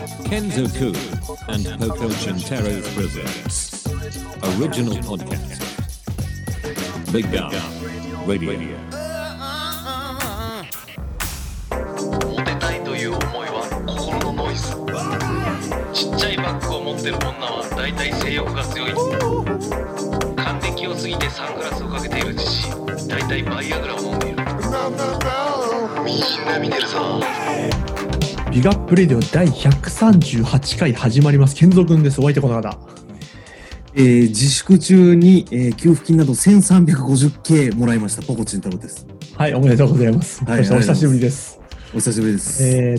Kenzo Ku and Poco Chintero presents Original Podcast Big Gun Radio。 モテたいという思いは心のノイズ。ちっちゃいバッグを持ってる女はだいたい性欲が強い。還暦を過ぎてサングラスをかけている自身、だいたいバイアグラを飲んでいる。みんな見てるぞ。 ビガップレディオ第138回始まります。健三くんです。お相手この方。 自粛中に、給付金など 1350K もらいましたポコチン太郎です。 はい、おめでとうございます。 はい、 そしてお久しぶりです。 お久しぶりです。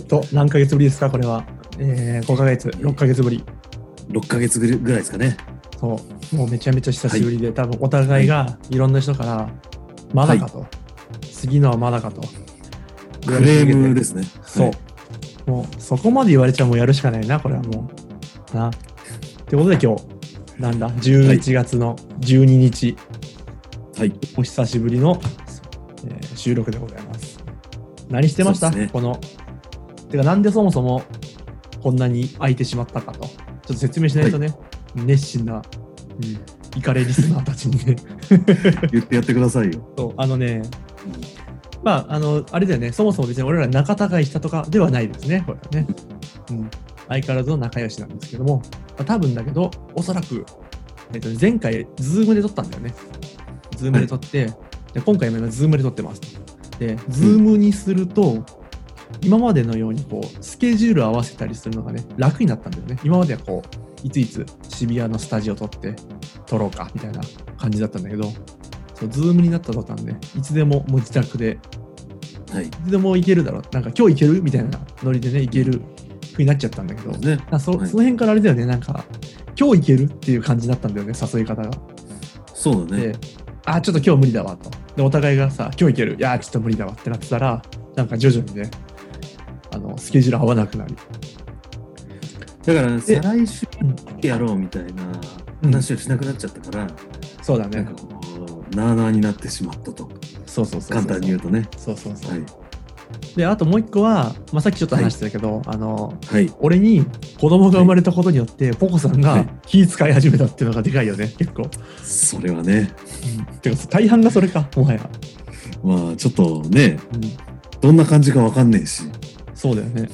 何ヶ月ぶりですかこれは。5ヶ月、6ヶ月ぶり。 6ヶ月ぐらいですかね。 そう、もうめちゃめちゃ久しぶりで、多分お互いがいろんな人から、まだかと、次のはまだかと。 クレームですね。 そう。もうそこまで言われちゃもうやるしかないな、これはもう。な。ってことで今日、なんだ、11月の12日、 はい、 お久しぶりの、収録でございます。何してました、ね、この。てか、なんでそもそもこんなに空いてしまったかと。ちょっと説明しないとね、はい、熱心な、イカレリスナーたちにね。 言ってやってくださいよ。 そう、まあ、あれだよね、そもそも別に俺ら仲違いしたとかではないですね、これはね。相変わらずの仲良しなんですけども、多分だけど、おそらく、前回、ズームで撮ったんだよね。ズームで撮って、で今回もズームで撮ってます。で、ズームにすると、今までのようにこう、スケジュール合わせたりするのがね、楽になったんだよね。今まではこう、いついつ渋谷のスタジオ撮ろうか、みたいな感じだったんだけど、ズームになった途端ね、いつでももう自宅で、いつでも行けるだろう、なんか今日行けるみたいなノリでね、行ける風になっちゃったんだけど、ね、その辺からあれだよね、なんか、今日行けるっていう感じだったんだよね、誘い方が。 そうだね。 で、ちょっと今日無理だわと。で、お互いがさ、今日行ける、いや、ちょっと無理だわってなってたら、なんか徐々にね、スケジュール合わなくなり。 だから、再来週やろうみたいな話をしなくなっちゃったから、 そうだね。 なんかこうなあなあになってしまったと。 そう。 簡単に言うとね。 そう。はい、で、あともう一個は、さっきちょっと話してたけど、俺に子供が生まれたことによって、ポコさんが気使い始めたっていうのがでかいよね、結構。 それはね。 てか、大半がそれか、もはや。 まあ、ちょっとね、どんな感じかわかんねえし。 そうだよね。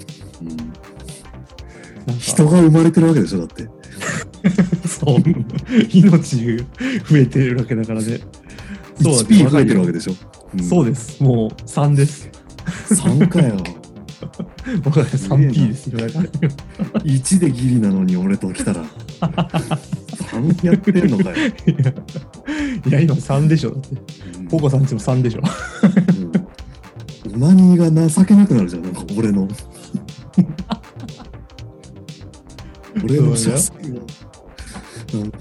人が生まれてるわけでしょ、だって。 そう。命増えてるわけだからね。 1P 増えてるわけでしょ。 そうです。もう3です。 3かよ。 僕は 3P ですよ。 1でギリなのに俺と来たら3やってんのかよ。 いや、今3でしょ。だって。ポコさんちも3でしょ。 オナニーが情けなくなるじゃん、なんか俺の。俺の写真をなんか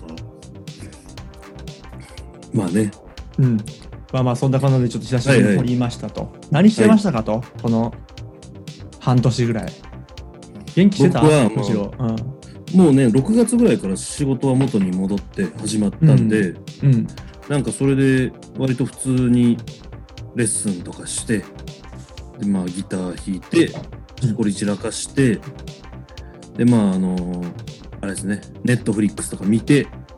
まあね、 まあそんな感じでちょっと久しぶりに撮りましたと。何してましたかと、この半年ぐらい。元気してた？ 僕は、 むしろ、 もうね6月ぐらいから仕事は元に戻って始まったんで、なんかそれで割と普通にレッスンとかして、でまあギター弾いてしこり散らかして、でまああれですね、ネットフリックスとか見て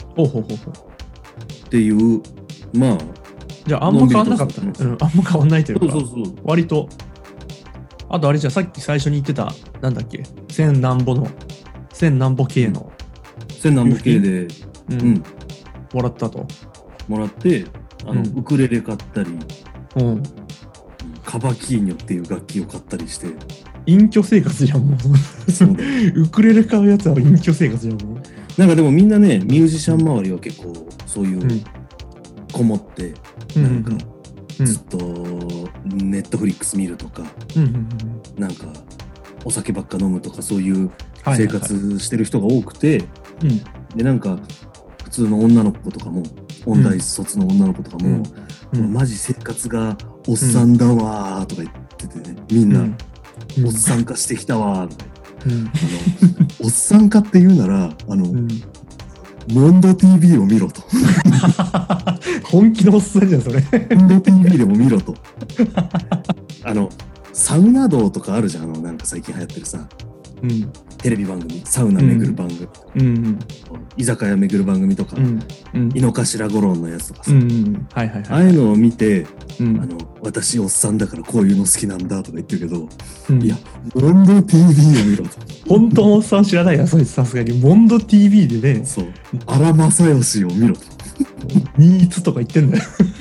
っていう、まあじゃああんま変わんなかったね。あんま変わんないというか、 そう割と。あとあれじゃあさっき最初に言ってたなんだっけ、1000何歩系の 1000何歩系でもらったと。 もらってウクレレ買ったり、カバキーニョっていう楽器を買ったりして。 隠居生活じゃん、もう。ウクレレ買うやつは隠居生活じゃん、もう。 なんかでもみんなね、ミュージシャン周りは結構そういうこもって、なんかずっとネットフリックス見るとか、なんかお酒ばっか飲むとか、そういう生活してる人が多くて、でなんか普通の女の子とかも、音大卒の女の子とかも、マジ生活がおっさんだわーとか言っててね、みんな。おっさん化してきたわー、おっさん化って言うならモンド TV を見ろと。 本気のおっさんじゃんそれ。 モンド TV でも見ろと。サウナ道とかあるじゃん、なんか最近流行ってるさ、 うん、 テレビ番組、サウナ巡る番組、 うんうん、 居酒屋巡る番組とか、 うんうん、 井の頭五郎のやつとかさ、 うんうんはいはいはい、 ああいうのを見て、 うん、 私おっさんだからこういうの好きなんだとか言ってるけど、 うん、 いやモンド TV を見ろと。 本当のおっさん知らないやそいつさすがにモンド TV でね、 そう荒正義を見ろと。 ニーツとか言ってんだよ。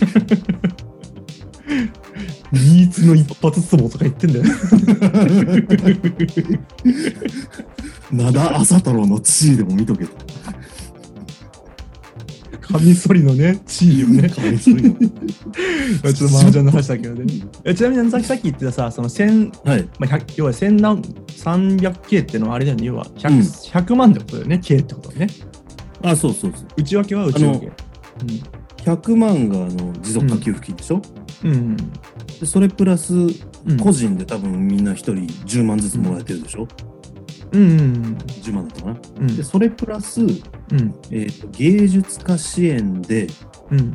ニーツの一発相撲とか言ってんだよ。 灘朝太郎の地位でも見とけと。 カミソリのね、地位をね。 カミソリの。 ちょっと麻雀の話だけどね。ちなみにさっき言ってたさ、その1000、 はい、 まあ、要は1300K っていうのはあれだよね、要は 100万ってことだよね、K ってことだよね。 あ、そうそうそう。 内訳は内訳。 100万が持続化給付金でしょ、 うんうん、 でそれプラス個人で多分みんな1人10万ずつもらえてるでしょ、 うんうん、 10万だったかな、 うん、 でそれプラス、 うん芸術家支援で、 うん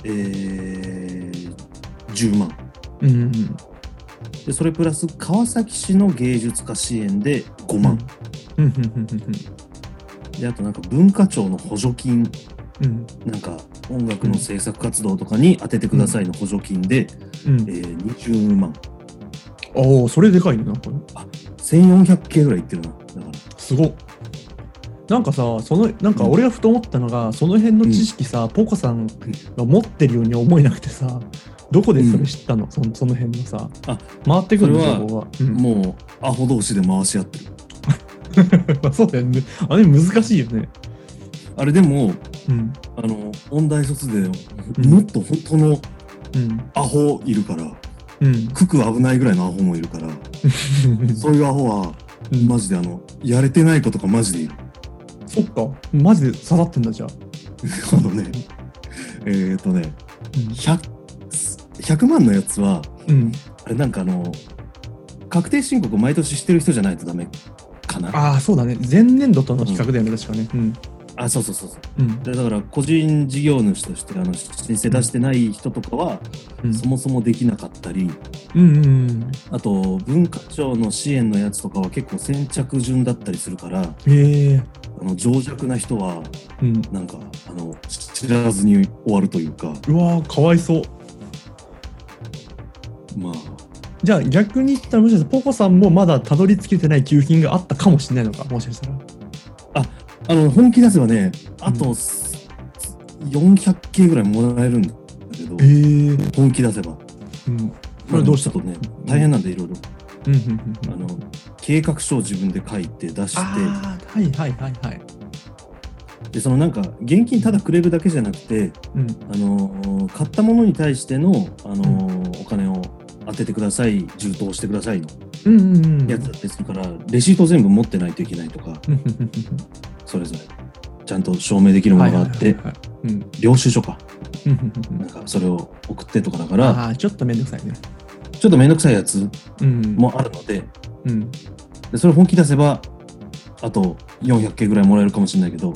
10万、 うんうん、 でそれプラス川崎市の芸術家支援で5万、 うん、 であとなんか文化庁の補助金、 うん、 なんか音楽の制作活動とかに当ててくださいの補助金で、20万。 おお、それでかいね、なんかね。 あ、1400系ぐらいいってるな。だからすごっ。なんかさ、なんか俺がふと思ったのが、その辺の知識さ、ポコさんが持ってるように思えなくてさ、どこでそれ知ったの、その辺のさ、回ってくるの情報は。 もう、アホ同士で回し合ってる。 そうだよね。あれ難しいよね。 あれでも、音大卒でもっと本当のアホいるから、クク危ないぐらいのアホもいるから、そういうアホはマジでやれてない子とかマジでいる。 そっか、マジで刺さってんだじゃあ。 100万のやつは、あれなんか確定申告毎年してる人じゃないとダメかな。 ああ、そうだね。前年度との比較だよね、確かね。 あ、そう、だから個人事業主として申請出してない人とかは、そもそもできなかったり、あと文化庁の支援のやつとかは結構先着順だったりするから、情弱な人は、なんか知らずに終わるというか。 うわー、かわいそう。 まあじゃあ逆に言ったら、もしかしたらポコさんもまだたどり着けてない給付金があったかもしれないのか、もしかしたら。 本気出せばね、あと400系ぐらいもらえるんだけど、本気出せば。これどうしたとね、大変なんでいろいろ。計画書を自分で書いて出して、でなんか現金ただくれるだけじゃなくて、買ったものに対してのお金を当ててください、充当してくださいのやつだったりするから、レシート全部持ってないといけないとか。それぞれちゃんと証明できるものがあって、領収書かなんかそれを送ってとかだから、 ちょっとめんどくさいね。 ちょっとめんどくさいやつもあるので、でそれ本気出せばあと400系ぐらいもらえるかもしれないけど、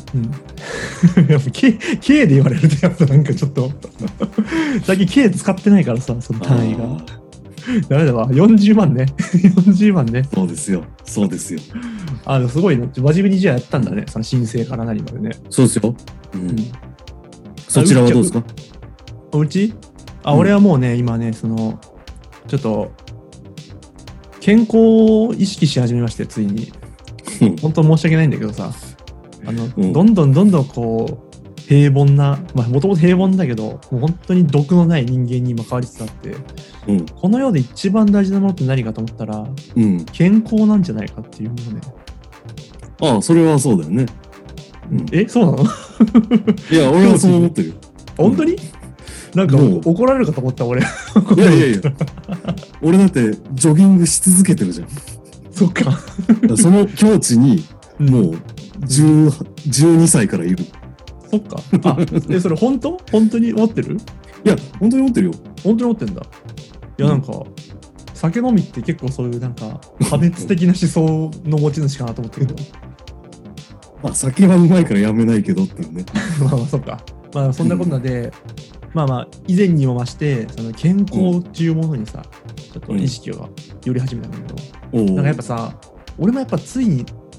K で言われるとやっぱなんかちょっと最近 K 使ってないからさ、その単位がダメだわ。40万ね。40万ね。 そうですよ。 すごいね。真面目にじゃあやったんだね。その申請から何までね。 そうですよ。そちらはどうですか？ うち？俺はもうね、今ね、ちょっと、健康を意識し始めまして、ついに。本当申し訳ないんだけどさ、どんどんこう、平凡な、もともと平凡だけど、もう本当に毒のない人間に今変わりつつあって、この世で一番大事なものって何かと思ったら、健康なんじゃないかっていうものね。 それはそうだよね。 そうなの？ いや、俺はそう思ってるよ。 本当に？なんか怒られるかと思った、俺。いや。俺だってジョギングし続けてるじゃん。 そっか。 その境地に、もう12歳からいる。 そっか。それ本当に思ってる？ いや、本当に思ってるよ。 本当に思ってんだ。いや、なんか、酒飲みって結構そういうなんか、破滅的な思想の持ち主かなと思ったけど。 酒はうまいからやめないけどっていうね。 そっか。そんなことなんで、以前にも増して、その健康っていうものにさ、ちょっと意識がより始めたんだけど、なんかやっぱさ、俺もやっぱついに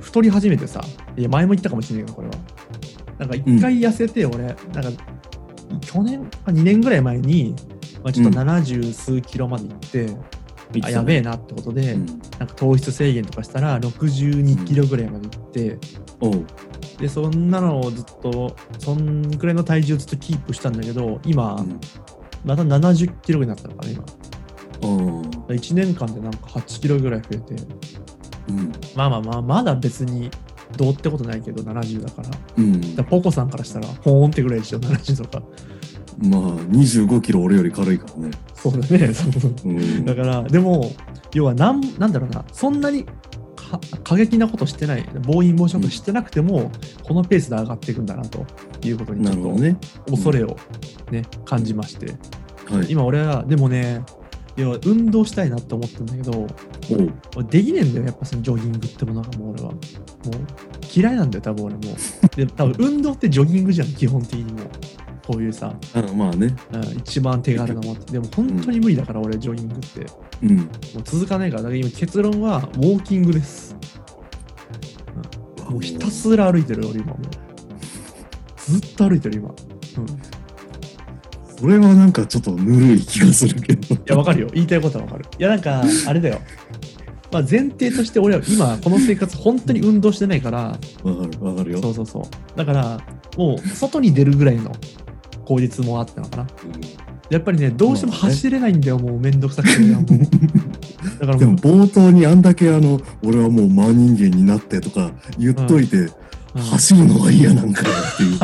太り始めてさ、いや前も言ったかもしれないけどこれはなんか一回痩せて俺、なんか去年か2年ぐらい前に、まあ、ちょっと70数キロまで行って、あやべえなってことで、なんか糖質制限とかしたら62キロぐらいまで行って、でそんなのをずっとそんくらいの体重をずっとキープしたんだけど今、また70キロになったのかな今。1年間でなんか8キロぐらい増えて、まあまだ別にどうってことないけど70だから、だからポコさんからしたらポーンってぐらいでしょ70とか。 まあ25キロ俺より軽いからね。 そうだね。だからでも要はなんだろうな、そんなに過激なことしてない、暴飲暴食してなくても、このペースで上がっていくんだなということにちょっと恐れをね、感じまして、今俺はでもね、要は運動したいなって思ってるんだけど、できねえんだよやっぱそのジョギングってものがもう俺はもう嫌いなんだよ多分俺も。で多分運動ってジョギングじゃん基本的にも。こういうさ、 まあね、 一番手軽なもんって。でも本当に無理だから俺ジョギングって、もう続かないから。だから今結論はウォーキングです。もうひたすら歩いてる俺今もうずっと歩いてる今。 それはなんかちょっとぬるい気がするけど。 いやわかるよ、言いたいことはわかる。いやなんかあれだよ。まあ前提として俺は今この生活本当に運動してないから。 わかるよ。 そう。だからもう外に出るぐらいの効率もあったのかな。やっぱりねどうしても走れないんだよ、もうめんどくさくて。もうだからもうでも冒頭にあんだけ俺はもう真人間になってとか言っといて、走るのは嫌なんかよっていう。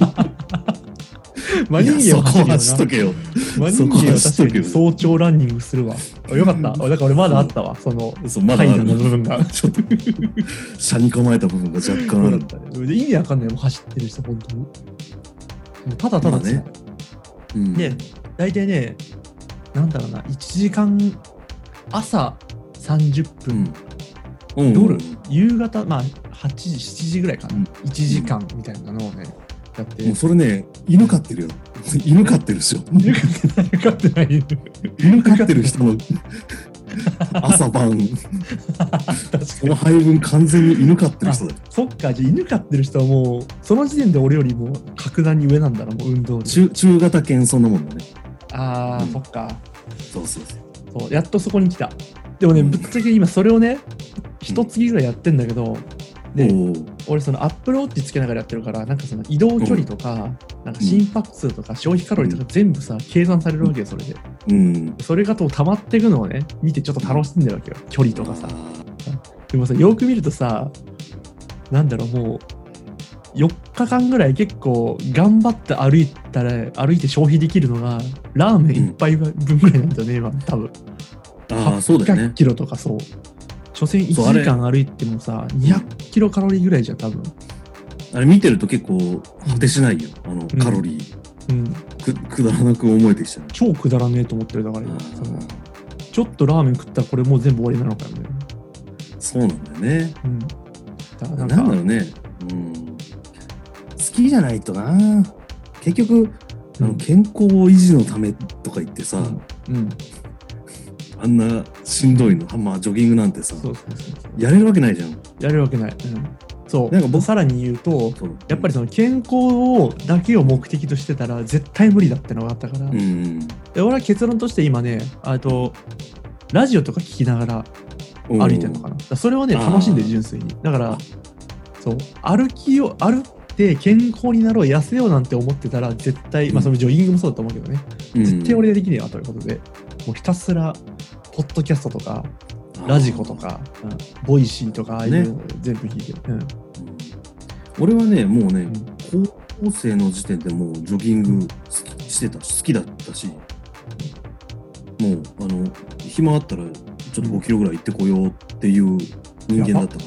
真人間は走っとけよ。 真人間は確かに早朝ランニングするわ。よかった。だから俺まだあったわ。その怠惰の部分がちょっと車に構えた部分が若干ある。 意味わかんないもん走ってる人本当に。ただね。で大体ね、なんだろうな、1時間朝30分、夜夕方まあ8時7時ぐらいかな、1時間みたいなのをねやって。 もうそれね、犬飼ってるよ。犬飼ってるでしょ。 犬飼ってない。 犬飼ってる人の朝晩その配分完全に犬飼ってる人だよ。 そっか、じゃあ犬飼ってる人はもうその時点で俺よりも格段に上なんだな、もう運動中型犬そんなもんだね。 そっか。 そうやっとそこに来た。でもね、ぶっちゃけ今それをね一月ぐらいやってんだけど、で俺そのアップルウォッチつけながらやってるから、なんかその移動距離とか、なんか心拍数とか消費カロリーとか全部さ計算されるわけよ、それで。それが溜まっていくのをね見てちょっと楽しんでるわけよ、距離とかさ。でもさ、よく見るとさ、なんだろう、もう4日間ぐらい結構頑張って歩いて消費できるのがラーメン1杯分ぐらいなんだよね今多分。 そうだよね。 800キロとか。そう、所詮1時間歩いてもさ200キロカロリーぐらいじゃん多分。 あれ見てると結構果てしないよ、カロリー。くだらなく思えてきちゃう。 超くだらねえと思ってる。だから今ちょっとラーメン食ったらこれもう全部終わりなのかよね。 そうなんだよね。なんだろうね。好きじゃないとな。結局健康維持のためとか言ってさ、あんなしんどいの、まあジョギングなんてさ、やれるわけないじゃん。やれるわけない。そう。なんか僕さらに言うと、やっぱりその健康だけを目的としてたら絶対無理だってのがあったから。で俺は結論として今ね、ラジオとか聞きながら歩いてるのかな。それをね楽しんでる純粋に。だからそう歩って健康になろう、痩せようなんて思ってたら絶対、まあそのジョギングもそうだと思うけどね、絶対俺できねえわということで、もうひたすらポッドキャストとかラジコとか、ボイシーとかああいうの全部聞いてる。 俺はねもうね、高校生の時点でもうジョギング好きだったし、もう暇あったらちょっと5キロぐらい行ってこようっていう人間だったから、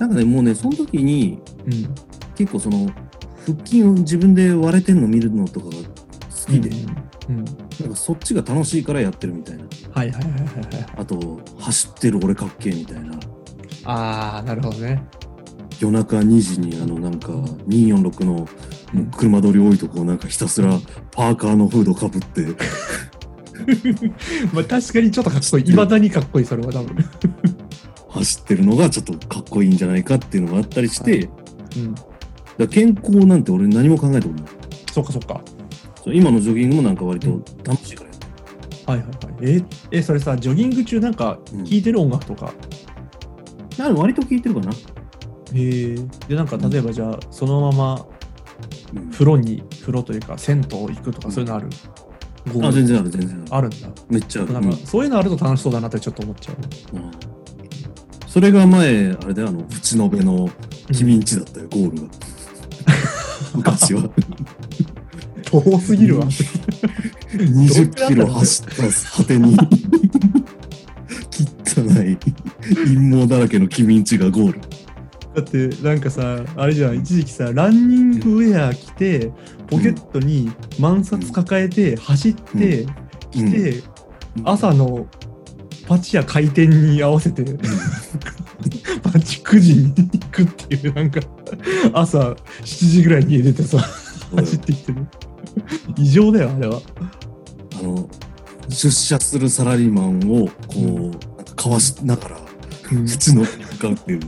なんかねもうねその時に、結構その腹筋を自分で割れてんの見るのとかが好きで、なんかそっちが楽しいからやってるみたいな。あと走ってる俺かっけえみたいな。なるほどね。夜中2時になんか246の車通り多いとこをなんかひたすらパーカーのフードかぶってまあ確かにちょっとかっこいい。未だにかっこいい、それは多分走ってるのがちょっとかっこいいんじゃないかっていうのがあったりして、 はい、 だから健康なんて俺何も考えたことない。 そっかそっか。 今のジョギングもなんか割と楽しいからやってる。 はいはいはい。それさ、ジョギング中なんか聴いてる音楽とか、 割と聞いてるかな。 へえ。で、なんか例えばじゃあ、そのまま風呂というか銭湯行くとかそういうのある？ 全然ある、全然あるんだ。 めっちゃある。 なんかそういうのあると楽しそうだなってちょっと思っちゃう。 それが前、あれで淵野辺の君んちだったよ、ゴールが。昔は。 遠すぎるわ。 20キロ走った果てに汚い陰謀だらけの君んちがゴール。 だってなんかさ、あれじゃん、一時期さ、ランニングウェア着てポケットに万札抱えて走ってきて、朝のパチ屋開店に合わせてパチ9時に行くっていう、なんか朝7時ぐらいに家出てさ走ってきてる。異常だよあれは。出社するサラリーマンをこう、なんかかわしながら淵野に向かうっていう。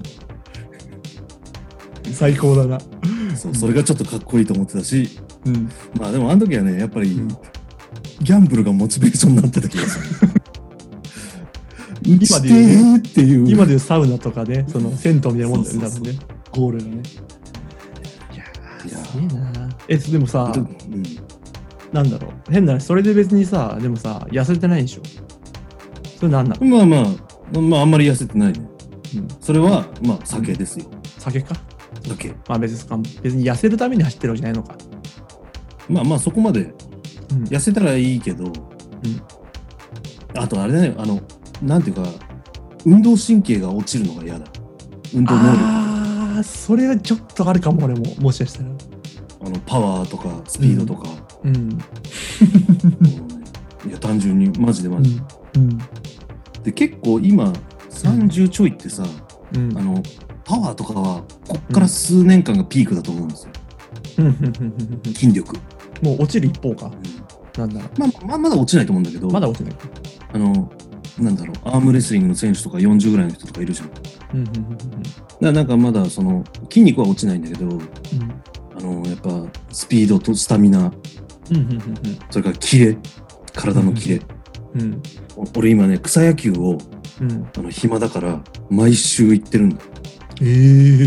最高だな。 それがちょっとかっこいいと思ってたし、まあでもあの時はね、やっぱりギャンブルがモチベーションになってた気がする。 今でいうサウナとかね、その銭湯みたいなもんだよね、多分ね、ゴールがね。いやすげえな。でもさ、なんだろう、変な話、それで別にさ、でもさ、痩せてないでしょ。それなんなの？ まああんまり痩せてないね。それはまあ酒ですよ。 酒か。 酒。 まあ別に痩せるために走ってるわけじゃないのか。 まあそこまで痩せたらいいけど、あとあれだね、なんていうか運動神経が落ちるのが嫌だ。運動能力。 それはちょっとあるかも。俺ももしかしたらパワーとかスピードとか、いや単純にマジで、で結構今30ちょいってさ、パワーとかはこっから数年間がピークだと思うんですよ。筋力もう落ちる一方か。なんだろう。まだ落ちないと思うんだけど。 まだ落ちない。 なんだろう、アームレスリングの選手とか40ぐらいの人とかいるじゃん。なんかまだその筋肉は落ちないんだけど、やっぱスピードとスタミナ、それからキレ、体のキレ。俺今ね、草野球を暇だから毎週行ってるんだ。で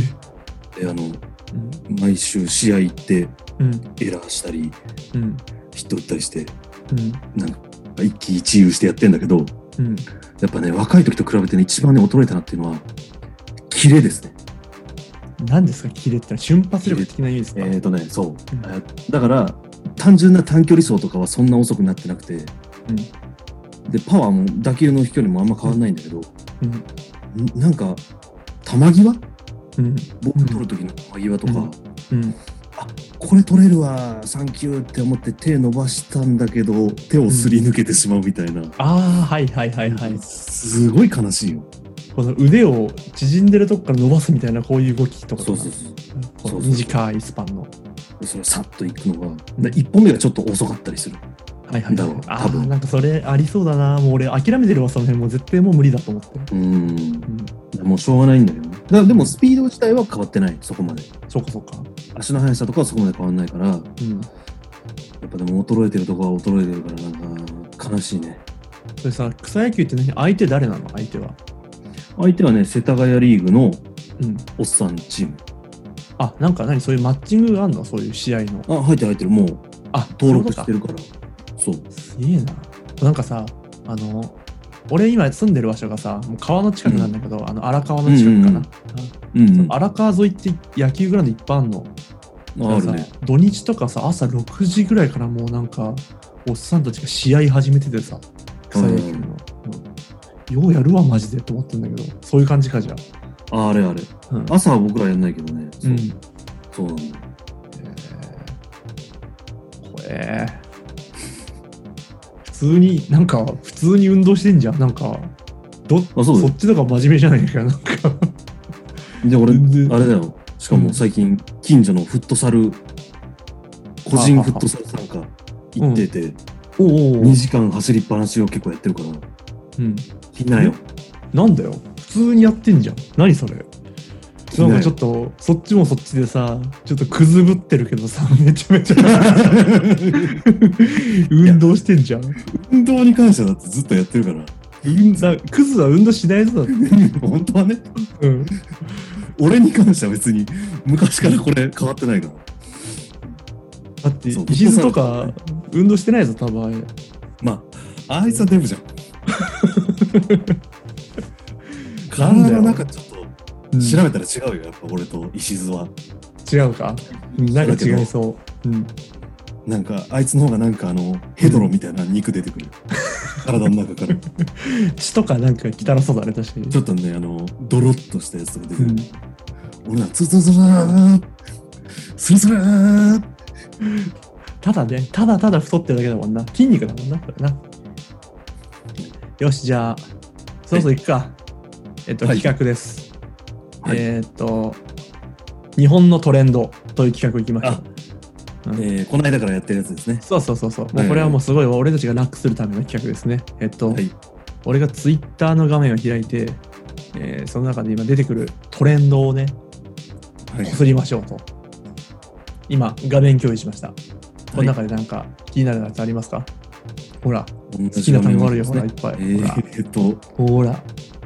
毎週試合行ってエラーしたり、ヒット打ったりして、なんか一喜一憂してやってんだけど、やっぱね、若い時と比べてね、一番ね衰えたなっていうのはキレですね。 何ですかキレって瞬発力的な意味ですか？ そう、だから単純な短距離走とかはそんな遅くなってなくて、でパワーも打球の飛距離もあんま変わんないんだけど、なんか球際、ボール取る時の球際とか、あ、これ取れるわサンキューって思って手伸ばしたんだけど手をすり抜けてしまうみたいな、 はいすごい悲しいよ。 この腕を縮んでるとこから伸ばすみたいなこういう動きとか、そう短いスパンのそれさっといくのが、1本目がちょっと遅かったりする。 多分なんかそれありそうだな。もう俺諦めてるわ、その辺もう絶対もう無理だと思って。 もうしょうがないんだけどね。だからでもスピード自体は変わってない、そこまで。 そうか足の速さとかはそこまで変わんないから、やっぱでも衰えてるとこは衰えてるからなんか悲しいね。 それさ、草野球って何？相手誰なの？ 相手はね、世田谷リーグのおっさんチーム。 なんかそういうマッチングがあるの？そういう試合の。 入ってる。もう登録してるから。そうすげえな。なんかさ、俺今住んでる場所がさ、もう川の近くなんだけど、荒川の近くかな。荒川沿いって野球グラウンドいっぱいあるの。あるね。土日とかさ、朝6時ぐらいからもうなんかおっさんたちが試合始めててさ、草野球の。ようやるわマジでと思ってんだけど、そういう感じかじゃあ。 あれ、朝は僕らやんないけどね。そうなんだよ。 怖え。普通に運動してんじゃん。なんかそっちとか真面目じゃないか。なんかで俺あれだよ。しかも最近近所のフットサル、個人フットサル参加行ってて、2時間走りっぱなしを結構やってるから。いないよ。 なんだよ。普通にやってんじゃん。何それ。なんかちょっとそっちもそっちでさ、ちょっとくずぶってるけどさ、めちゃめちゃ運動してんじゃん。 運動に関してはだってずっとやってるから。 クズは運動しないぞだって。 本当はね。 うん。 俺に関しては別に昔からこれ変わってないから。 だって石津とか運動してないぞ多分あれ。 まああいつはデブじゃん。体の中ちょっと調べたら違うよ、やっぱ俺と石津は。 違うか？なんか違いそう。うん。 なんかあいつの方がなんかヘドロみたいな肉出てくる。体の中から。 血とかなんか汚そうだね、確かに。 ちょっとね、ドロッとしたやつが出てくる。俺はツルツルツルースルスルーただね、ただただ太ってるだけだもんな。筋肉だもんな、これな。よし、じゃあ、そろそろ行くか。企画です。 はい、 日本のトレンドという企画いきましょう。 この間からやってるやつですね。 そう。もうこれはもうすごい俺たちが楽するための企画ですね。俺がツイッターの画面を開いて、その中で今出てくるトレンドをね、こすりましょうと。今、画面共有しました。この中でなんか気になるやつありますか？ほら、好きな単語あるよ、ほら、いっぱい。ほら。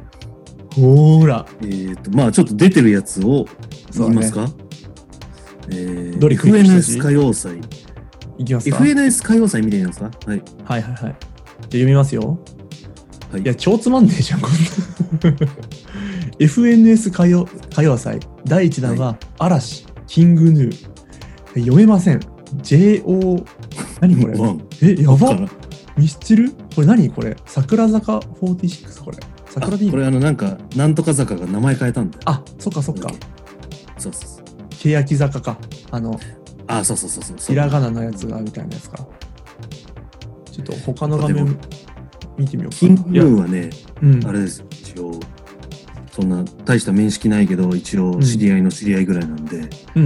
まあちょっと出てるやつを言いますか？ どれクリックしたし FNS 歌謡祭。 いきますか？ FNS 歌謡祭見てみますか？はい。 じゃあ読みますよ。いや、超つまんねえじゃん、こんな。FNS 歌謡祭。第1弾は、嵐、キングヌー。読めません。JO、何これ？やばっ。ミスチル？これ何これ？桜坂46？これ。桜でいいの？ これなんか、なんとか坂が名前変えたんだよ。 あ、そっか。 そう。 欅坂か。 そう。 ひらがなのやつがみたいなやつか。ちょっと他の画面見てみようか。 キングヌーはね、あれです。一応、そんな大した面識ないけど、一応知り合いの知り合いぐらいなんで、も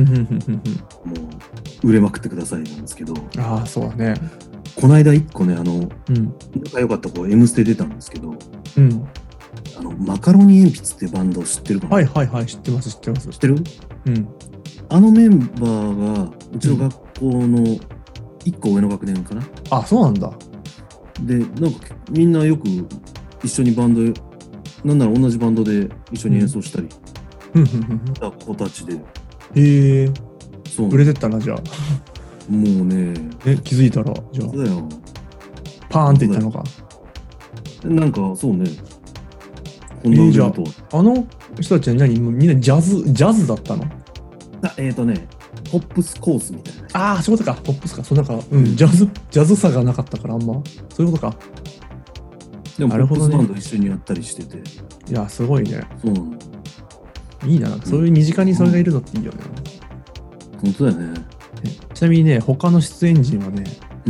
う売れまくってくださいなんですけど。 ああ、そうだね。 この間一個ね、仲良かった子、M ステ出たんですけど、マカロニ鉛筆ってバンド知ってるかな？ はい、知ってます。 知ってる？ うん。 あのメンバーがうちの学校の1個上の学年かな。 あ、そうなんだ。 で、なんかみんなよく一緒にバンド、なんなら同じバンドで一緒に演奏したりした子たちで。 へえ。 そう。 売れてったな、じゃあ。 もうね。 気づいたら、じゃあ。 そうだよ。 パーンっていったのか。 なんか、そうね。 じゃあ、あの人たちはみんなジャズだったの？ ポップスコースみたいな。 ああ、そういうことか。ポップスか。そうなんか、ジャズさがなかったからあんま。そういうことか。 でも、ポップスバンド一緒にやったりしてて。 いや、すごいね。 そうなの。 いいな。そういう身近にそれがいるのっていいよね。 本当だよね。 ちなみにね、他の出演陣はね、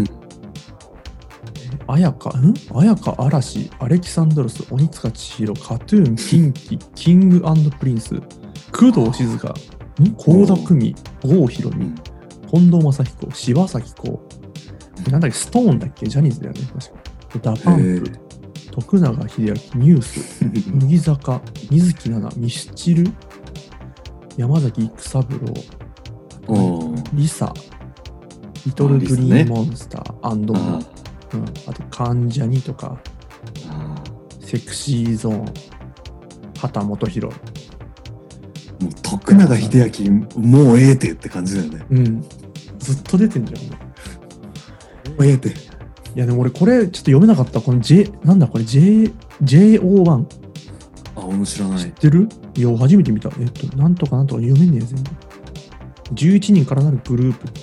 綾香、嵐、アレキサンドロス、鬼塚千尋、カトゥーン、キンキ、キング&プリンス、工藤静香、倖田來未、郷ひろみ、近藤正彦、柴咲コウ、なんだっけ、ストーンだっけ、ジャニーズだよね、確か。ダパンプ、徳永英明、ニュース、乃木坂、水木奈々、ミスチル、山崎育三郎、リサ、リトルグリーンモンスター、あと関ジャニとか、セクシーゾーン、畑基博。 もう徳永英明、もうええてって感じだよね。 ずっと出てんじゃん。もうええて。いやでも俺これちょっと読めなかった。この なんだこれ JO1。 俺知らない。 知ってる？いや、初めて見た。なんとか読めんねえ全部。11人からなるグループ。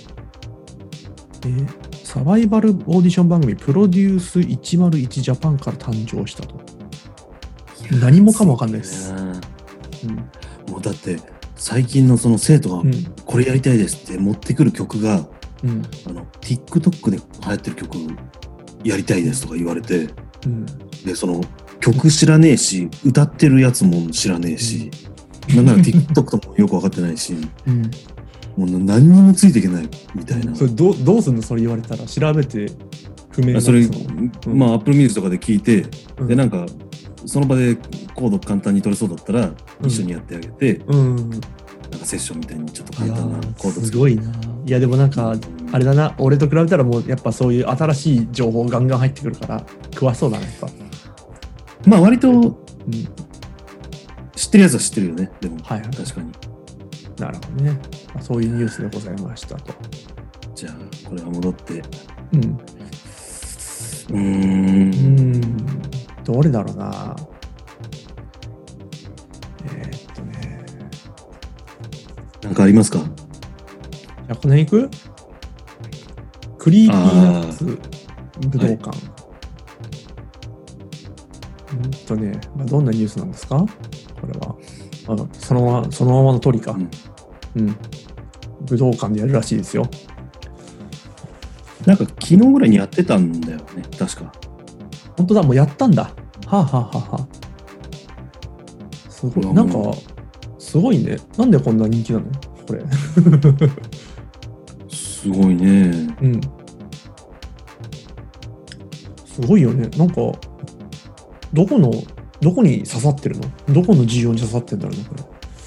サバイバルオーディション番組プロデュース101ジャパンから誕生したと。何もかもわかんないです。 もうだって最近のその生徒がこれやりたいですって持ってくる曲が、TikTok で流行ってる曲やりたいですとか言われて、でその曲知らねえし歌ってるやつも知らねえし、なんなら TikTok ともよく分かってないし。もう何にもついていけないみたいな。 それどうすんの？それ言われたら調べて不明なそれ、Apple Music とかで聞いて、でなんかその場でコード簡単に取れそうだったら一緒にやってあげて、なんかセッションみたいにちょっと簡単なコードすごいな。いやでもなんかあれだな、俺と比べたらもうやっぱそういう新しい情報ガンガン入ってくるから詳しそうだねやっぱ。 まあ割と知ってるやつは知ってるよね。でも、 はいはい、 確かに。 なるほどね。そういうニュースでございましたと。 じゃあこれは戻って。 どれだろうな。 なんかありますか？ じゃあこの辺行く？クリーピーナッツ武道館。どんなニュースなんですか？これは。そのままの通りか。武道館でやるらしいですよ。 なんか昨日ぐらいにやってたんだよね、確か。 本当だ、もうやったんだ。はあ、はあははあ、すごい、なんかすごいね。なんでこんな人気なのこれ。 すごいね。 すごいよね。なんかどこに刺さってるの？どこの需要に刺さってるんだろうねこれ。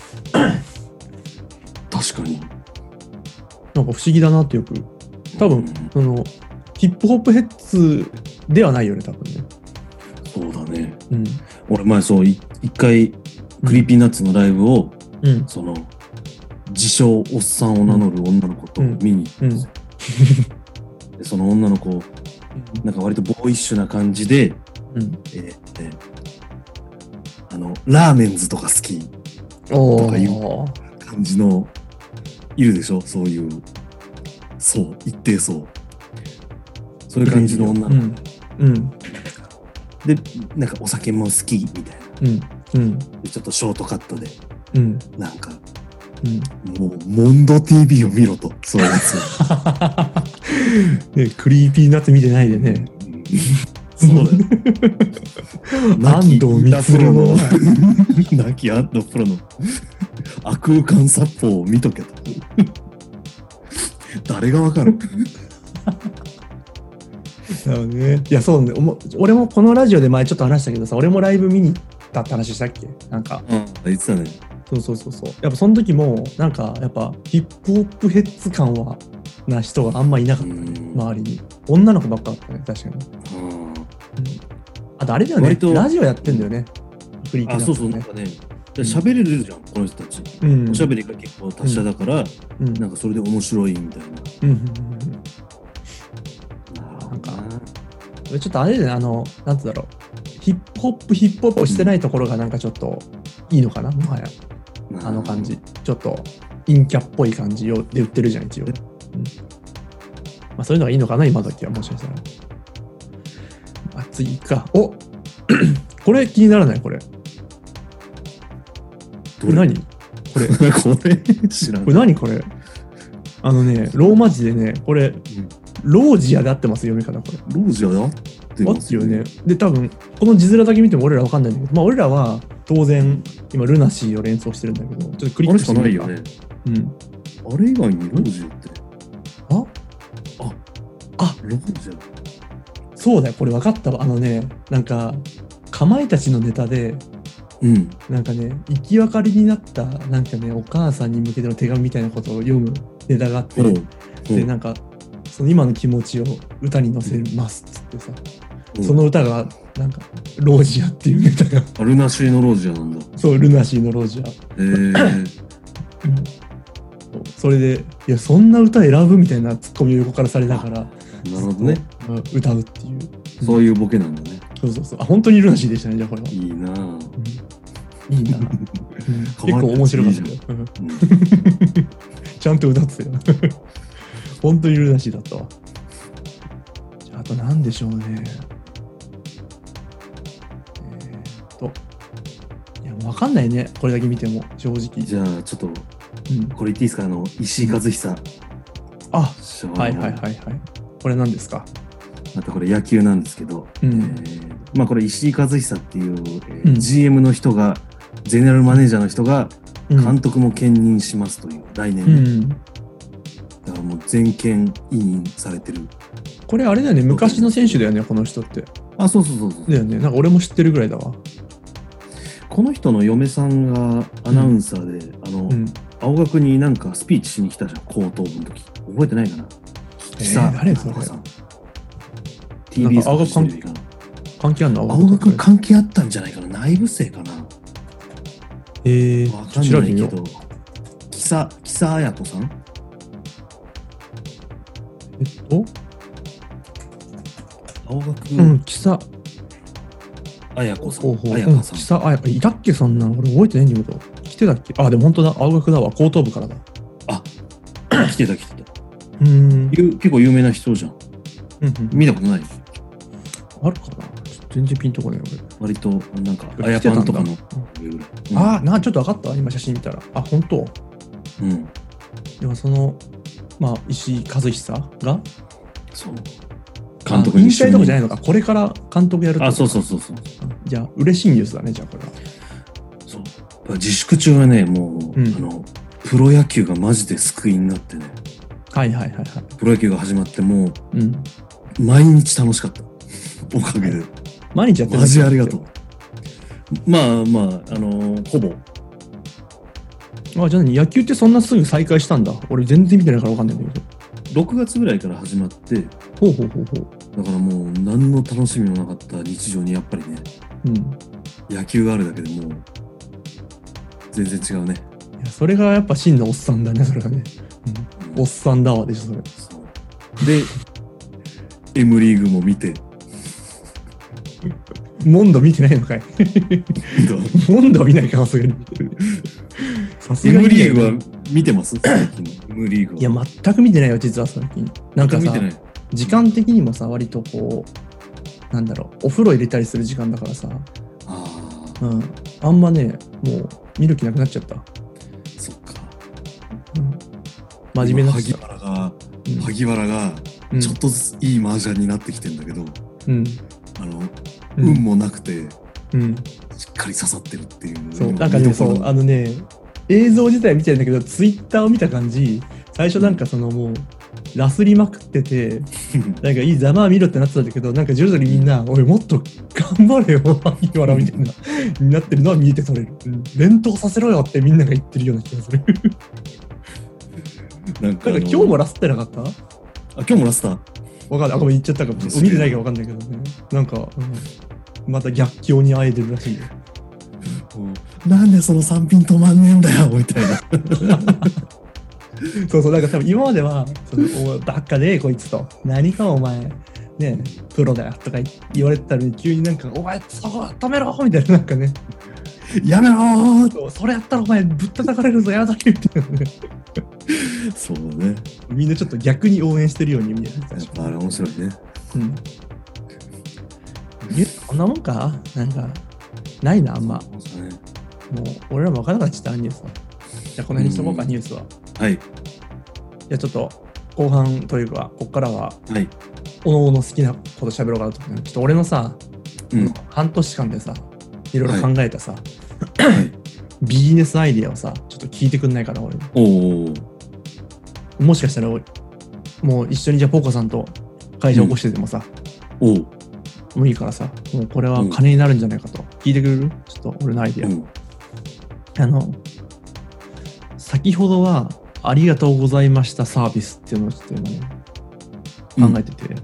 確かに。 なんか不思議だなってよく。多分ヒップホップヘッズではないよね多分ね。 そうだね。俺前一回クリーピーナッツのライブを、その自称おっさんを名乗る女の子と見に行ったんですよ。でその女の子なんか割とボーイッシュな感じで、ラーメンズとか好きとかいう感じのいるでしょ、そういう一定層、そういう感じの女の子、でなんかお酒も好きみたいな、ちょっとショートカットで、なんか、もうモンド TV を見ろと、そういうやつね、クリーピーナッツ見てないでね。そうだね。安藤光の亡き安藤プロの悪空間殺法を見とけと。誰がわかる？ いやそうね。俺もこのラジオで前ちょっと話したけどさ、俺もライブ見に行ったって話したっけ？なんか。 言ってたね。 そう。やっぱその時もなんかやっぱヒップホップヘッズ感な人があんまいなかったね、周りに。女の子ばっかだったね、確かに。あとあれだよね、ラジオやってんだよね。 そうなんかね。喋れるじゃん、この人たち。おしゃべりが結構達者だから、なんかそれで面白いみたいな。 なんかちょっとあれだね、なんてだろう、ヒップホップをしてないところがなんかちょっといいのかな、もはや。あの感じ。ちょっと陰キャっぽい感じで売ってるじゃん、一応。そういうのがいいのかな、今時は、もしかしたら。次か。これ気にならないこれ。何これ。これ知らない。 これ何これ。ローマ字でね、これ、ロージアで合ってます、読み方これ。 ロージアで合ってますよね。で、多分、この字面だけ見ても俺らわかんないんだけど、俺らは当然、今、ルナシーを連想してるんだけど、ちょっとクリックしてみるか。 あれしかないよね。あれ以外にロージアって。ロージア。 そうだよ、これ分かったわ。なんか、かまいたちのネタで、なんかね、生き別れになったなんかね、お母さんに向けての手紙みたいなことを読むネタがあって、でなんかその今の気持ちを歌に乗せますっつってさ、その歌がなんかロージアっていうネタが、 ルナシーのロージアなんだ。 そう、ルナシーのロージア。それで、いやそんな歌選ぶみたいなツッコミを横からされながら、 なるほどね、 歌うっていう、 そういうボケなんだね。 そう本当にルナシーでしたね。じゃあこれは。いいな。結構面白かったよ。ちゃんと歌ってたよ。本当にルナシーだったわ。じゃああと何でしょうね。いやもう分かんないね。これだけ見ても正直。じゃあちょっとこれ言っていいですか？石井一久。 はい。これ何ですか？ またこれ野球なんですけど、これ石井一久っていう、GM の人が、ゼネラルマネージャーの人が監督も兼任しますという、来年ね。だからもう全権委任されてる。 これあれだよね、昔の選手だよね、この人って。 そう。 だよね、なんか俺も知ってるぐらいだわ。 この人の嫁さんがアナウンサーで、青学になんかスピーチしに来たじゃん、高等部の時。覚えてないかな。 誰それ。 TBS の人かな。 関係あんの？ 青学関係あったんじゃないかな。内部生かな。わかんないけど。木佐彩子さん？青学。 木佐彩子さん。 木佐彩子。いたっけそんなの？俺覚えてないんだけど。来てたっけ？あ、でも本当だ。青学だわ。高等部からだ。 あ、来てた。結構有名な人じゃん。見たことない？ あるかな？全然ピンとこない俺。割となんかあやパンとかの上ぐらい。 ちょっと分かった。今写真見たら。あ、本当。でもその石井和久がそう監督に引退とかじゃないのか。これから監督やると。 そう。 じゃあ嬉しいニュースだね。じゃあこれは。 そう。自粛中はね、もうプロ野球がマジで救いになってね。プロ野球が始まってもう毎日楽しかった。おかげで。 毎日やってる。 マジありがとう。ほぼ。 じゃあ野球ってそんなすぐ再開したんだ。俺全然見てないから分かんないんだけど。6月ぐらいから始まって。だからもう何の楽しみもなかった日常にやっぱりね。野球があるだけでもう全然違うね。 いやそれがやっぱ真のおっさんだね、それがね。おっさんだわでしょ、それ。 で、M リーグも見て。 モンド見てないのかい？モンドは見ないかな、さすがに。 M リーグは見てます？最近 M リーグは。 いや、全く見てないよ、実は最近。なんかさ、時間的にもさ、割とこう、なんだろう、お風呂入れたりする時間だからさ、あんまね、もう見る気なくなっちゃった。 そっか。 真面目な萩原がちょっとずついい麻雀になってきてんだけど、運もなくて、しっかり刺さってるっていう。 そう、なんかね、映像自体見てるんだけど、ツイッターを見た感じ、最初なんかもう、ラスりまくってて、なんかいいざまあ見ろってなってたんだけど、なんか徐々にみんな、おい、もっと頑張れよ、萩原みたいな、になってるのは見えて取れる。連投させろよってみんなが言ってるような気がする。なんか今日もラスってなかった？ 今日もラスター？ わかんない。言っちゃったかもしれない。見てないかわかんないけどね。なんか、また逆境にあえてるらしいよ。 なんでその3品止まんねえんだよみたいな。 そう、なんか多分今まではばっかでこいつと何かお前ねプロだよとか言われてたのに、急になんかお前そこ止めろみたいな、なんかね、 やめろー、 それやったらお前ぶったたかれるぞ、やだけっていうね。 そうだね。 みんなちょっと逆に応援してるように見える。 やっぱあれ面白いね。 こんなもんか、なんかないな、あんま。もう俺らも分からなくなっちゃったニュースは。じゃあこの辺にしとこうか、ニュースは。 はい。 じゃあちょっと後半というか、ここからはおのおの好きなこと喋ろうかなと思って、ちょっと俺のさ、半年間でさ、いろいろ考えたさ、ビジネスアイディアをさ、ちょっと聞いてくんないかな、俺。もしかしたらもう一緒にじゃあポーカさんと会社起こしててもさ、もういいからさ、もうこれは金になるんじゃないかと聞いてくれる？ちょっと俺のアイディア。先ほどはありがとうございましたサービスっていうのをちょっと今ね、考えてて、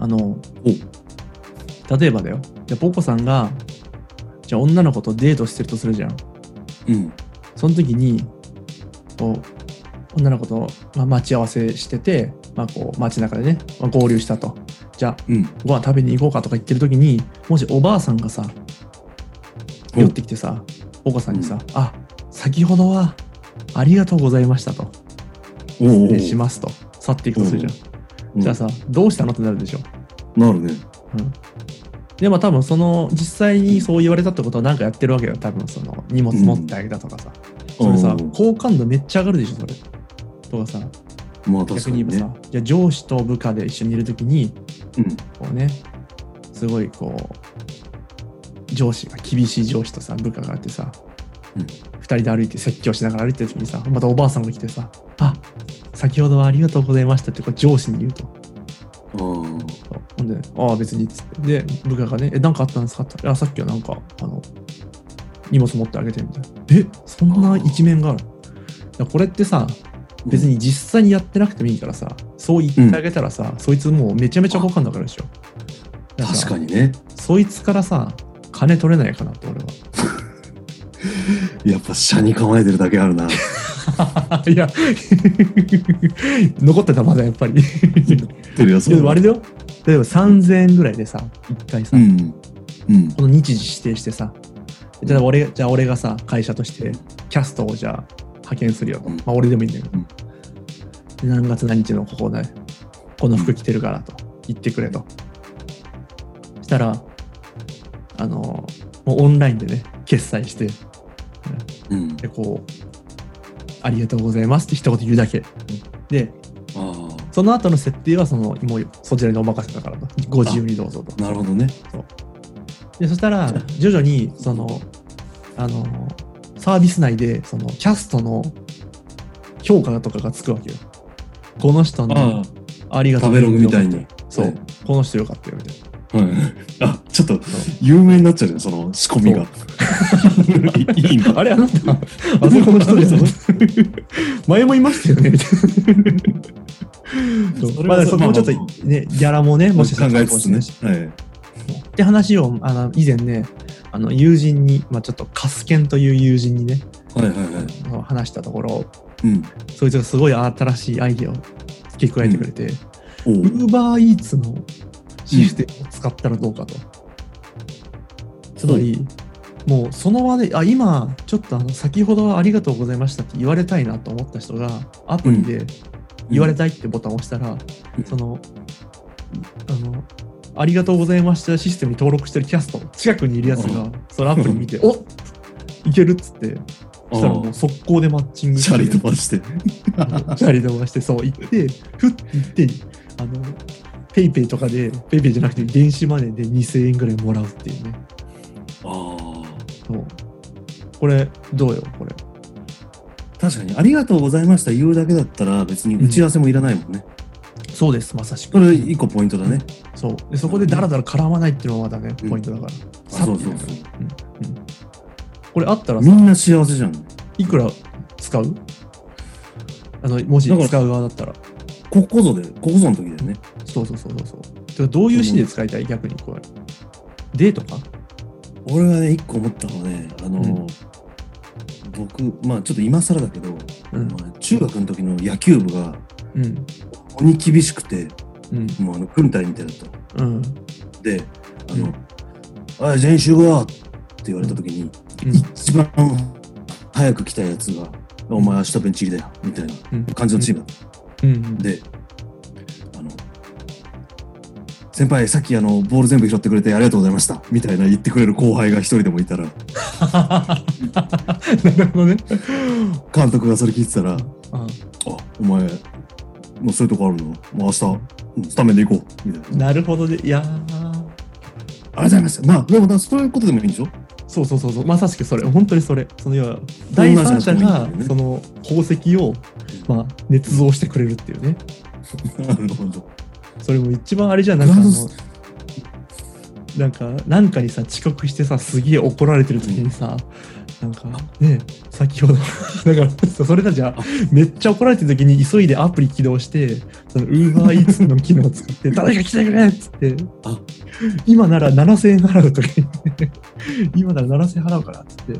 例えばだよ、じゃあポコさんがじゃあ女の子とデートしてるとするじゃん。その時にこう女の子と待ち合わせしてて、こう街中でね、合流したと。じゃあ、ご飯食べに行こうかとか言ってる時に、もしおばあさんがさ寄ってきてさ、ポコさんにさ、先ほどはありがとうございましたと、失礼しますと去っていくとするじゃん。じゃあさ、どうしたのってなるでしょ。 なるね。 で多分実際にそう言われたってことは何かやってるわけよ。多分荷物持ってあげたとかさ、それさ、好感度めっちゃ上がるでしょ、それとかさ。逆に言えばさ、じゃあ上司と部下で一緒にいるときに、こうね、すごいこう上司が厳しい上司とさ部下があってさ、2人で歩いて説教しながら歩いてるときにさ、またおばあさんが来てさ、先ほどはありがとうございましたってこう上司に言うと。ほんで、別にっつって。で、部下がね、なんかあったんですかって。さっきはなんか、 荷物持ってあげてみたいな。そんな一面がある。これってさ、別に実際にやってなくてもいいからさ、そう言ってあげたらさ、そいつもうめちゃめちゃ好感度上がるでしょ。 確かにね。 そいつからさ、金取れないかなって俺は。 やっぱ車に構えてるだけあるな。 いや残ってたまだやっぱりてるよ。 あれだよ、例えば3000円ぐらいでさ1回さ、この日時指定してさ、じゃあ俺がさ会社としてキャストをじゃあ派遣するよと、俺でもいいんだけど、で何月何日のここでこの服着てるからと言ってくれと、したらもうオンラインでね決済して、でこうありがとうございますって一言言うだけで、その後の設定はもうそちらにお任せだからと、ご自由にどうぞと。 なるほどね。 そしたら徐々にサービス内でキャストの評価とかがつくわけよ。この人のありがとう食べログみたいに。 そう、この人よかったよみたいな。 ちょっと有名になっちゃうね、その仕込みが。いいな。 あれあなたあそこの人です前もいましたよねみたいな。そこもちょっとねギャラもねもし考えつつね。 って話を以前ね友人に、ちょっとカスケンという友人にね、話したところ、そいつがすごい新しいアイディアを付け加えてくれて、UberEats のシステムを使ったらどうかと。つまりもうその場で今ちょっと先ほどはありがとうございましたって言われたいなと思った人がアプリで言われたいってボタンを押したら、ありがとうございましたシステムに登録してるキャスト近くにいるやつがそのアプリ見ておっいけるっつってしたらもう速攻でマッチングして、 チャリ飛ばしてそう行ってふって行ってペイペイとかでペイペイじゃなくて電子マネーで2000円ぐらいもらうっていうね。そうこれどうよこれ。 確かにありがとうございました言うだけだったら別に打ち合わせもいらないもんね。 そうですまさしく。 これ一個ポイントだね。 そうでそこでダラダラ絡まないっていうのがまたねポイントだから。 そうこれあったらさみんな幸せじゃん。 いくら使う？もし使う側だったら。 ここぞの時だよね。 そう。どういうシーンで使いたい逆にこれ。デートか？ 俺がね一個思ったのはね僕ちょっと今更だけど、中学の時の野球部が鬼厳しくて、もう軍隊みたいだったの。で全員集合って言われた時に、一番早く来たやつがお前明日ベンチ入りだよみたいな感じのチームだった。で先輩さっきボール全部拾ってくれてありがとうございましたみたいな言ってくれる後輩が一人でもいたらなるほどね。 監督がそれ聞いてたらお前もうそういうとこあるのもう明日スタメンで行こうみたいな。 なるほどね。いやありがとうございました。でもそういうことでもいいんでしょ。 そうまさしくそれ本当にそれ要は第三者がその功績を捏造してくれるっていうね。 なるほど。 それも一番あれじゃんなんかにさ遅刻してさすげえ怒られてる時にさ先ほどだからそれだじゃめっちゃ怒られてる時に急いでアプリ起動してUberEats の機能を使って誰か来てくれっつって今なら7000円払う時に今なら7000円払うからっつって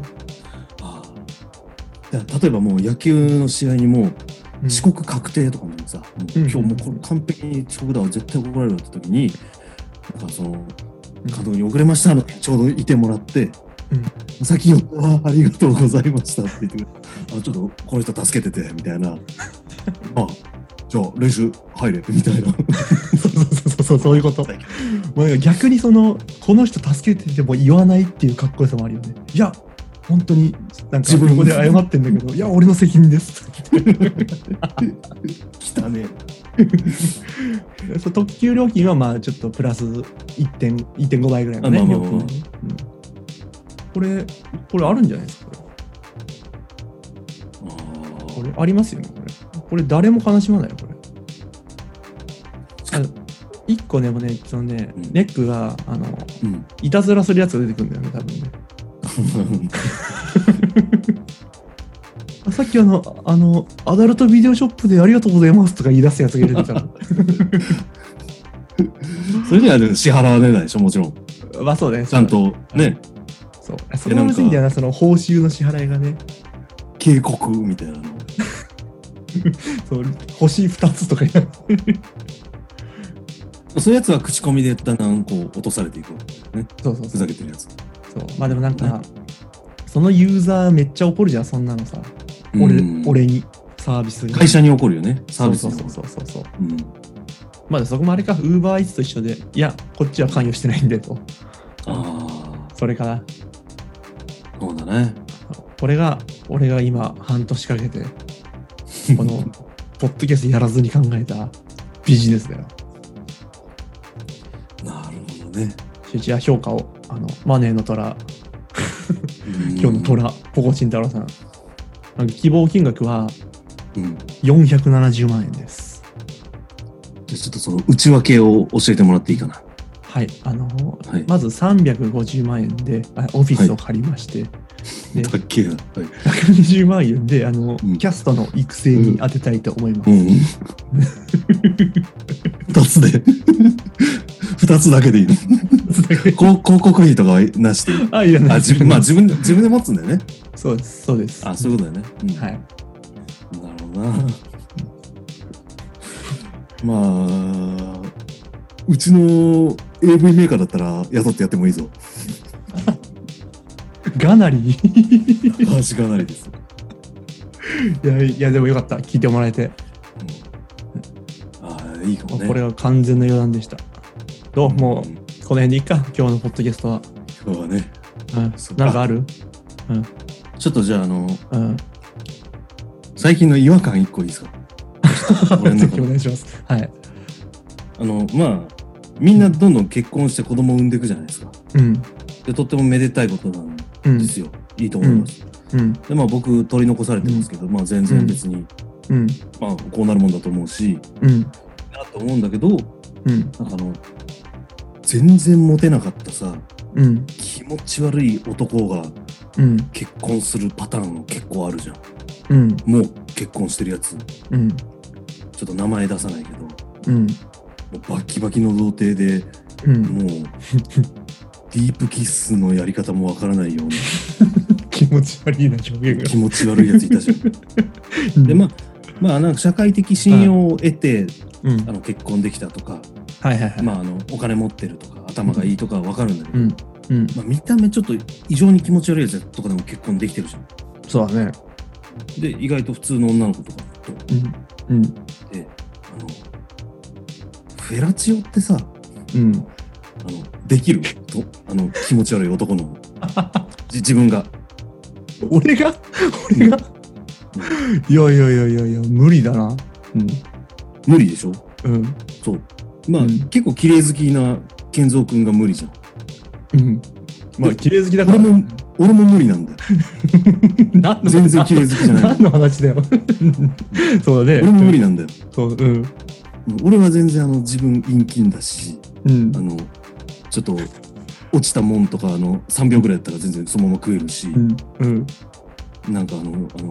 例えばもう野球の試合にも遅刻確定とかもさ、今日もうこれ完璧に遅刻だわ絶対怒られるって時に監督に遅れましたのちょうどいてもらって、先ほどはありがとうございましたって言ってちょっとこの人助けててみたいなじゃあ練習入れみたいなそういうこと。逆にこの人助けてても言わないっていうかっこよさもあるよね。いや本当に自分で謝ってんだけどいや俺の責任です来たね特急料金はちょっとプラス 1.5 倍ぐらいのね料金。これあるんじゃないですかこれありますよねこれ誰も悲しまないよこれ。1個でもねネックがいたずらするやつが出てくるんだよね多分ね。 さっきアダルトビデオショップでありがとうございますとか言い出すやつがいるんだからそれには支払われないでしょ、もちろん。 まあそうね。 ちゃんとね。 そう。それはむずいんだよな、その報酬の支払いがね。 警告みたいなの。 そう、星2つとかやそういうやつは口コミでだんだんこう落とされていくわけだよね。 そうそうそう。 ふざけてるやつ。 そう。まあでもなんか、そのユーザーめっちゃ怒るじゃん、そんなのさ。俺に、サービスに。 会社に怒るよね、サービスに。 そう。まあそこもあれか、UberEats と一緒で、いや、こっちは関与してないんでと。それかな。 そうだね。 俺が今半年かけて、この、ポッドキャストやらずに考えたビジネスだよ。 なるほどね。 じゃあ評価を、マネーの虎、今日の虎、ポコチン太郎さん。希望金額は、470万円です。 じゃあちょっとその内訳を教えてもらっていいかな。 はい。まず350万円でオフィスを借りまして、で120万円でキャストの育成に当てたいと思います。 2つで2つだけでいいの広告費とかはなしでいい。 いや自分で持つんだよね。 そうです。 そういうことだよね。 はい。 なるほどな。まあうちの AV メーカーだったら雇ってやってもいいぞ。 がなり話がなりです。 いやでもよかった、聞いてもらえて。 いいかもね。 これは完全な余談でした。どうもうこの辺でいいか、今日のポッドキャストは。 今日はね。 なんかある？ ちょっとじゃあ最近の違和感1個いいですか？ ぜひお願いします。はい。 まあみんなどんどん結婚して子供を産んでいくじゃないですか。でとってもめでたいことなんですよ。いいと思います。でまあ僕取り残されてますけど、まあ全然別に、まあこうなるもんだと思うし、なと思うんだけど、なんか全然モテなかったさ、気持ち悪い男が結婚するパターン結構あるじゃん。もう結婚してるやつ。ちょっと名前出さないけど、もうバキバキの童貞で、もうディープキッスのやり方もわからないような気持ち悪いな表現が気持ち悪いやついたじゃん。でまあなんか社会的信用を得て、結婚できたとか、まあお金持ってるとか頭がいいとかわかるんだけど、まあ見た目ちょっと異常に気持ち悪いやつとかでも結婚できてるじゃん。 そうだね。 で意外と普通の女の子とかと、でフェラチオってさ、できると気持ち悪い男の自分が俺がいや無理だな。 無理でしょ。そうまあ、結構綺麗好きな健三君が無理じゃん。 まあ綺麗好きだから俺も無理なんだよ。全然綺麗好きじゃない。 何の話だよ。そうだね。 俺も無理なんだよ。俺は全然自分陰菌だし、ちょっと落ちたもんとか3秒ぐらいだったら全然そのまま食えるし、なんか汚い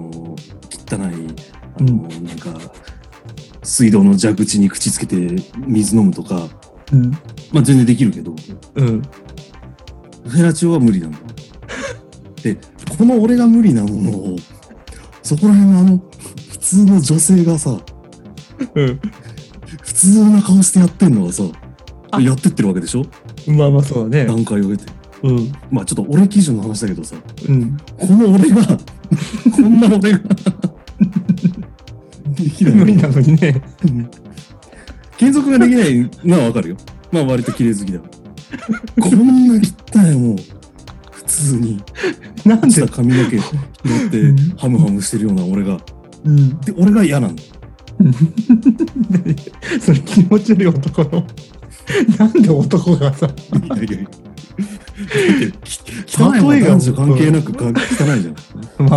なんか水道の蛇口に口つけて水飲むとか、まあ全然できるけど、フェラチオは無理なんだ。でこの俺が無理なものをそこら辺の普通の女性がさ、普通な顔してやってんのはさ、やってってるわけでしょ。まあそうだね。段階を経て。まあちょっと俺基準の話だけどさ、この俺がこんな俺ができない無理なのにね。継続ができないのはわかるよ。まあ割と綺麗好きだ。こんな汚いもう普通になんで髪の毛拾ってハムハムしてるような俺が、で俺が嫌なんだ。それ気持ち悪い男のなんで男がさ汚いもん男女関係なく汚いじゃん。まあ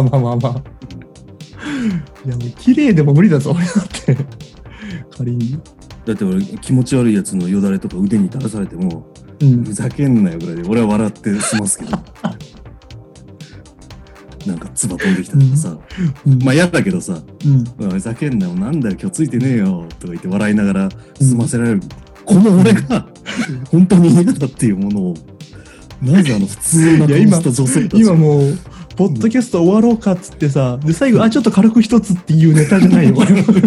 いやもう綺麗でも無理だぞ俺だって仮に。だって俺気持ち悪いやつのよだれとか腕に垂らされても、ふざけんなよぐらいで俺は笑って済ますけどなんか唾飛んできたとかさ、まあ嫌だけどさ、ふざけんなよ、なんだよ今日ついてねえよとか言って笑いながら済ませられる、この俺が本当に嫌だっていうものをなぜ普通な顔した女性たち今もうポッドキャスト終わろうかっつってさ、で最後ちょっと軽く一つっていうネタじゃないよこれこ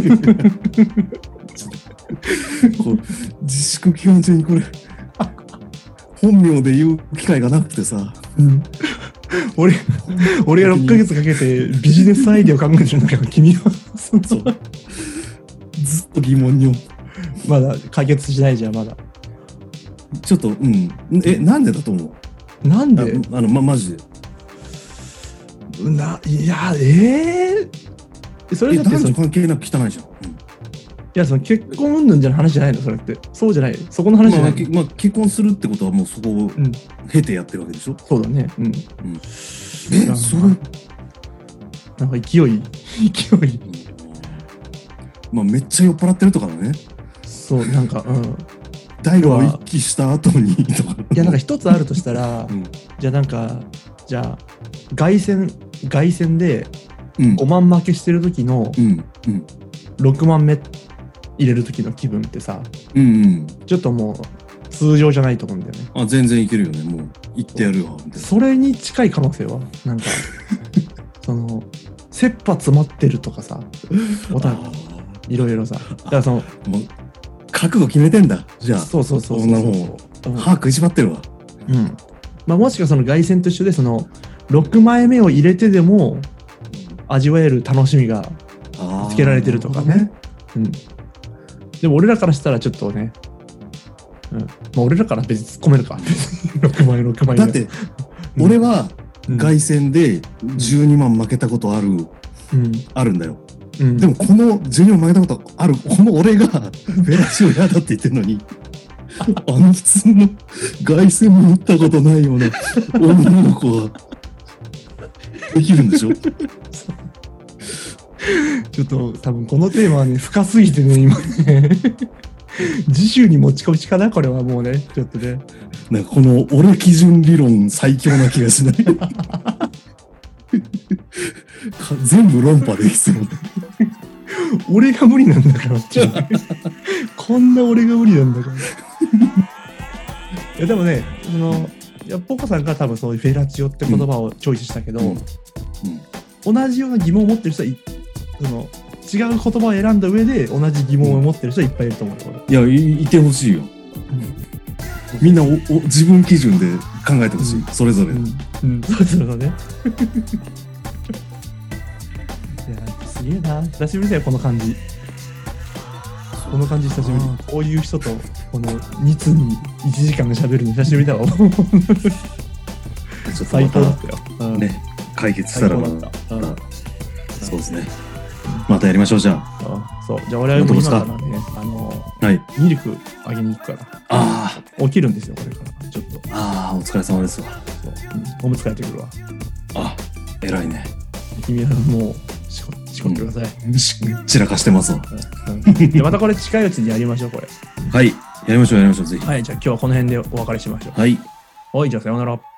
う自粛期間中にこれ本名で言う機会がなくてさ、 俺が6ヶ月かけてビジネスアイデアを考えてるんだけど、君はそうずっと疑問にまだ解決しないじゃん。まだちょっとなんでだと思う？ なんでマジでいやそれだって男女関係なく汚いじゃん。 いやその結婚云々じゃ話じゃないのそれって。そうじゃない、そこの話じゃない。 結婚するってことはもうそこを経てやってるわけでしょ。 そうだね。 それなんか勢いめっちゃ酔っ払ってるとかだね。 そうなんか大悟を一気した後にとか。 いやなんか一つあるとしたら、じゃあ凱旋で5万負けしてる時の6万目入れる時の気分ってさ、ちょっともう通常じゃないと思うんだよね。 全然いけるよね。もう行ってやるわみたいな。 それに近い可能性はなんかその切羽詰まってるとかさ、いろいろさ、だからそのもう覚悟決めてんだ。じゃあそう女の方歯食いしばってるわ。 もしくはその凱旋と一緒でその6枚目を入れてでも味わえる楽しみがつけられてるとかね。でも俺らからしたらちょっとね、俺らから別に突っ込めるか6枚だって俺は凱旋で12万負けたことあるんだよ。でもこの12万負けたことあるこの俺がフェラチオ嫌だって言ってるのに普通の凱旋も打ったことないような女の子ができるんでしょ。 ちょっと多分このテーマはね深すぎてね今ね次週に持ち越しかなこれはもうねちょっとねなんかこの俺基準理論最強な気がしない全部論破できそう俺が無理なんだからってこんな俺が無理なんだからいやでもねポコさんが多分そういうフェラチオって言葉をチョイスしたけど、同じような疑問を持ってる人は違う言葉を選んだ上で同じ疑問を持ってる人はいっぱいいると思うよ。 いやいてほしいよ。みんな自分基準で考えてほしい。それぞれ。 それぞれのね。いやすげえな。久しぶりだよこの感じ。この感じ久しぶり。こういう人とこの2通に1時間で喋るの久しぶりだわ。最高だったよ。 ね、解決したらそうですね。またやりましょうじゃあ。 そうじゃあ俺は今からねミルクあげに行くから起きるんですよこれからちょっとお疲れ様ですわ。 おむつ替えてくるわ。 偉いね。 君はもうしこってください。 散らかしてますわ。 でまたこれ近いうちにやりましょうこれ。 はいやりましょうぜひ。 はいじゃあ今日はこの辺でお別れしましょう。 はいじゃあさようなら。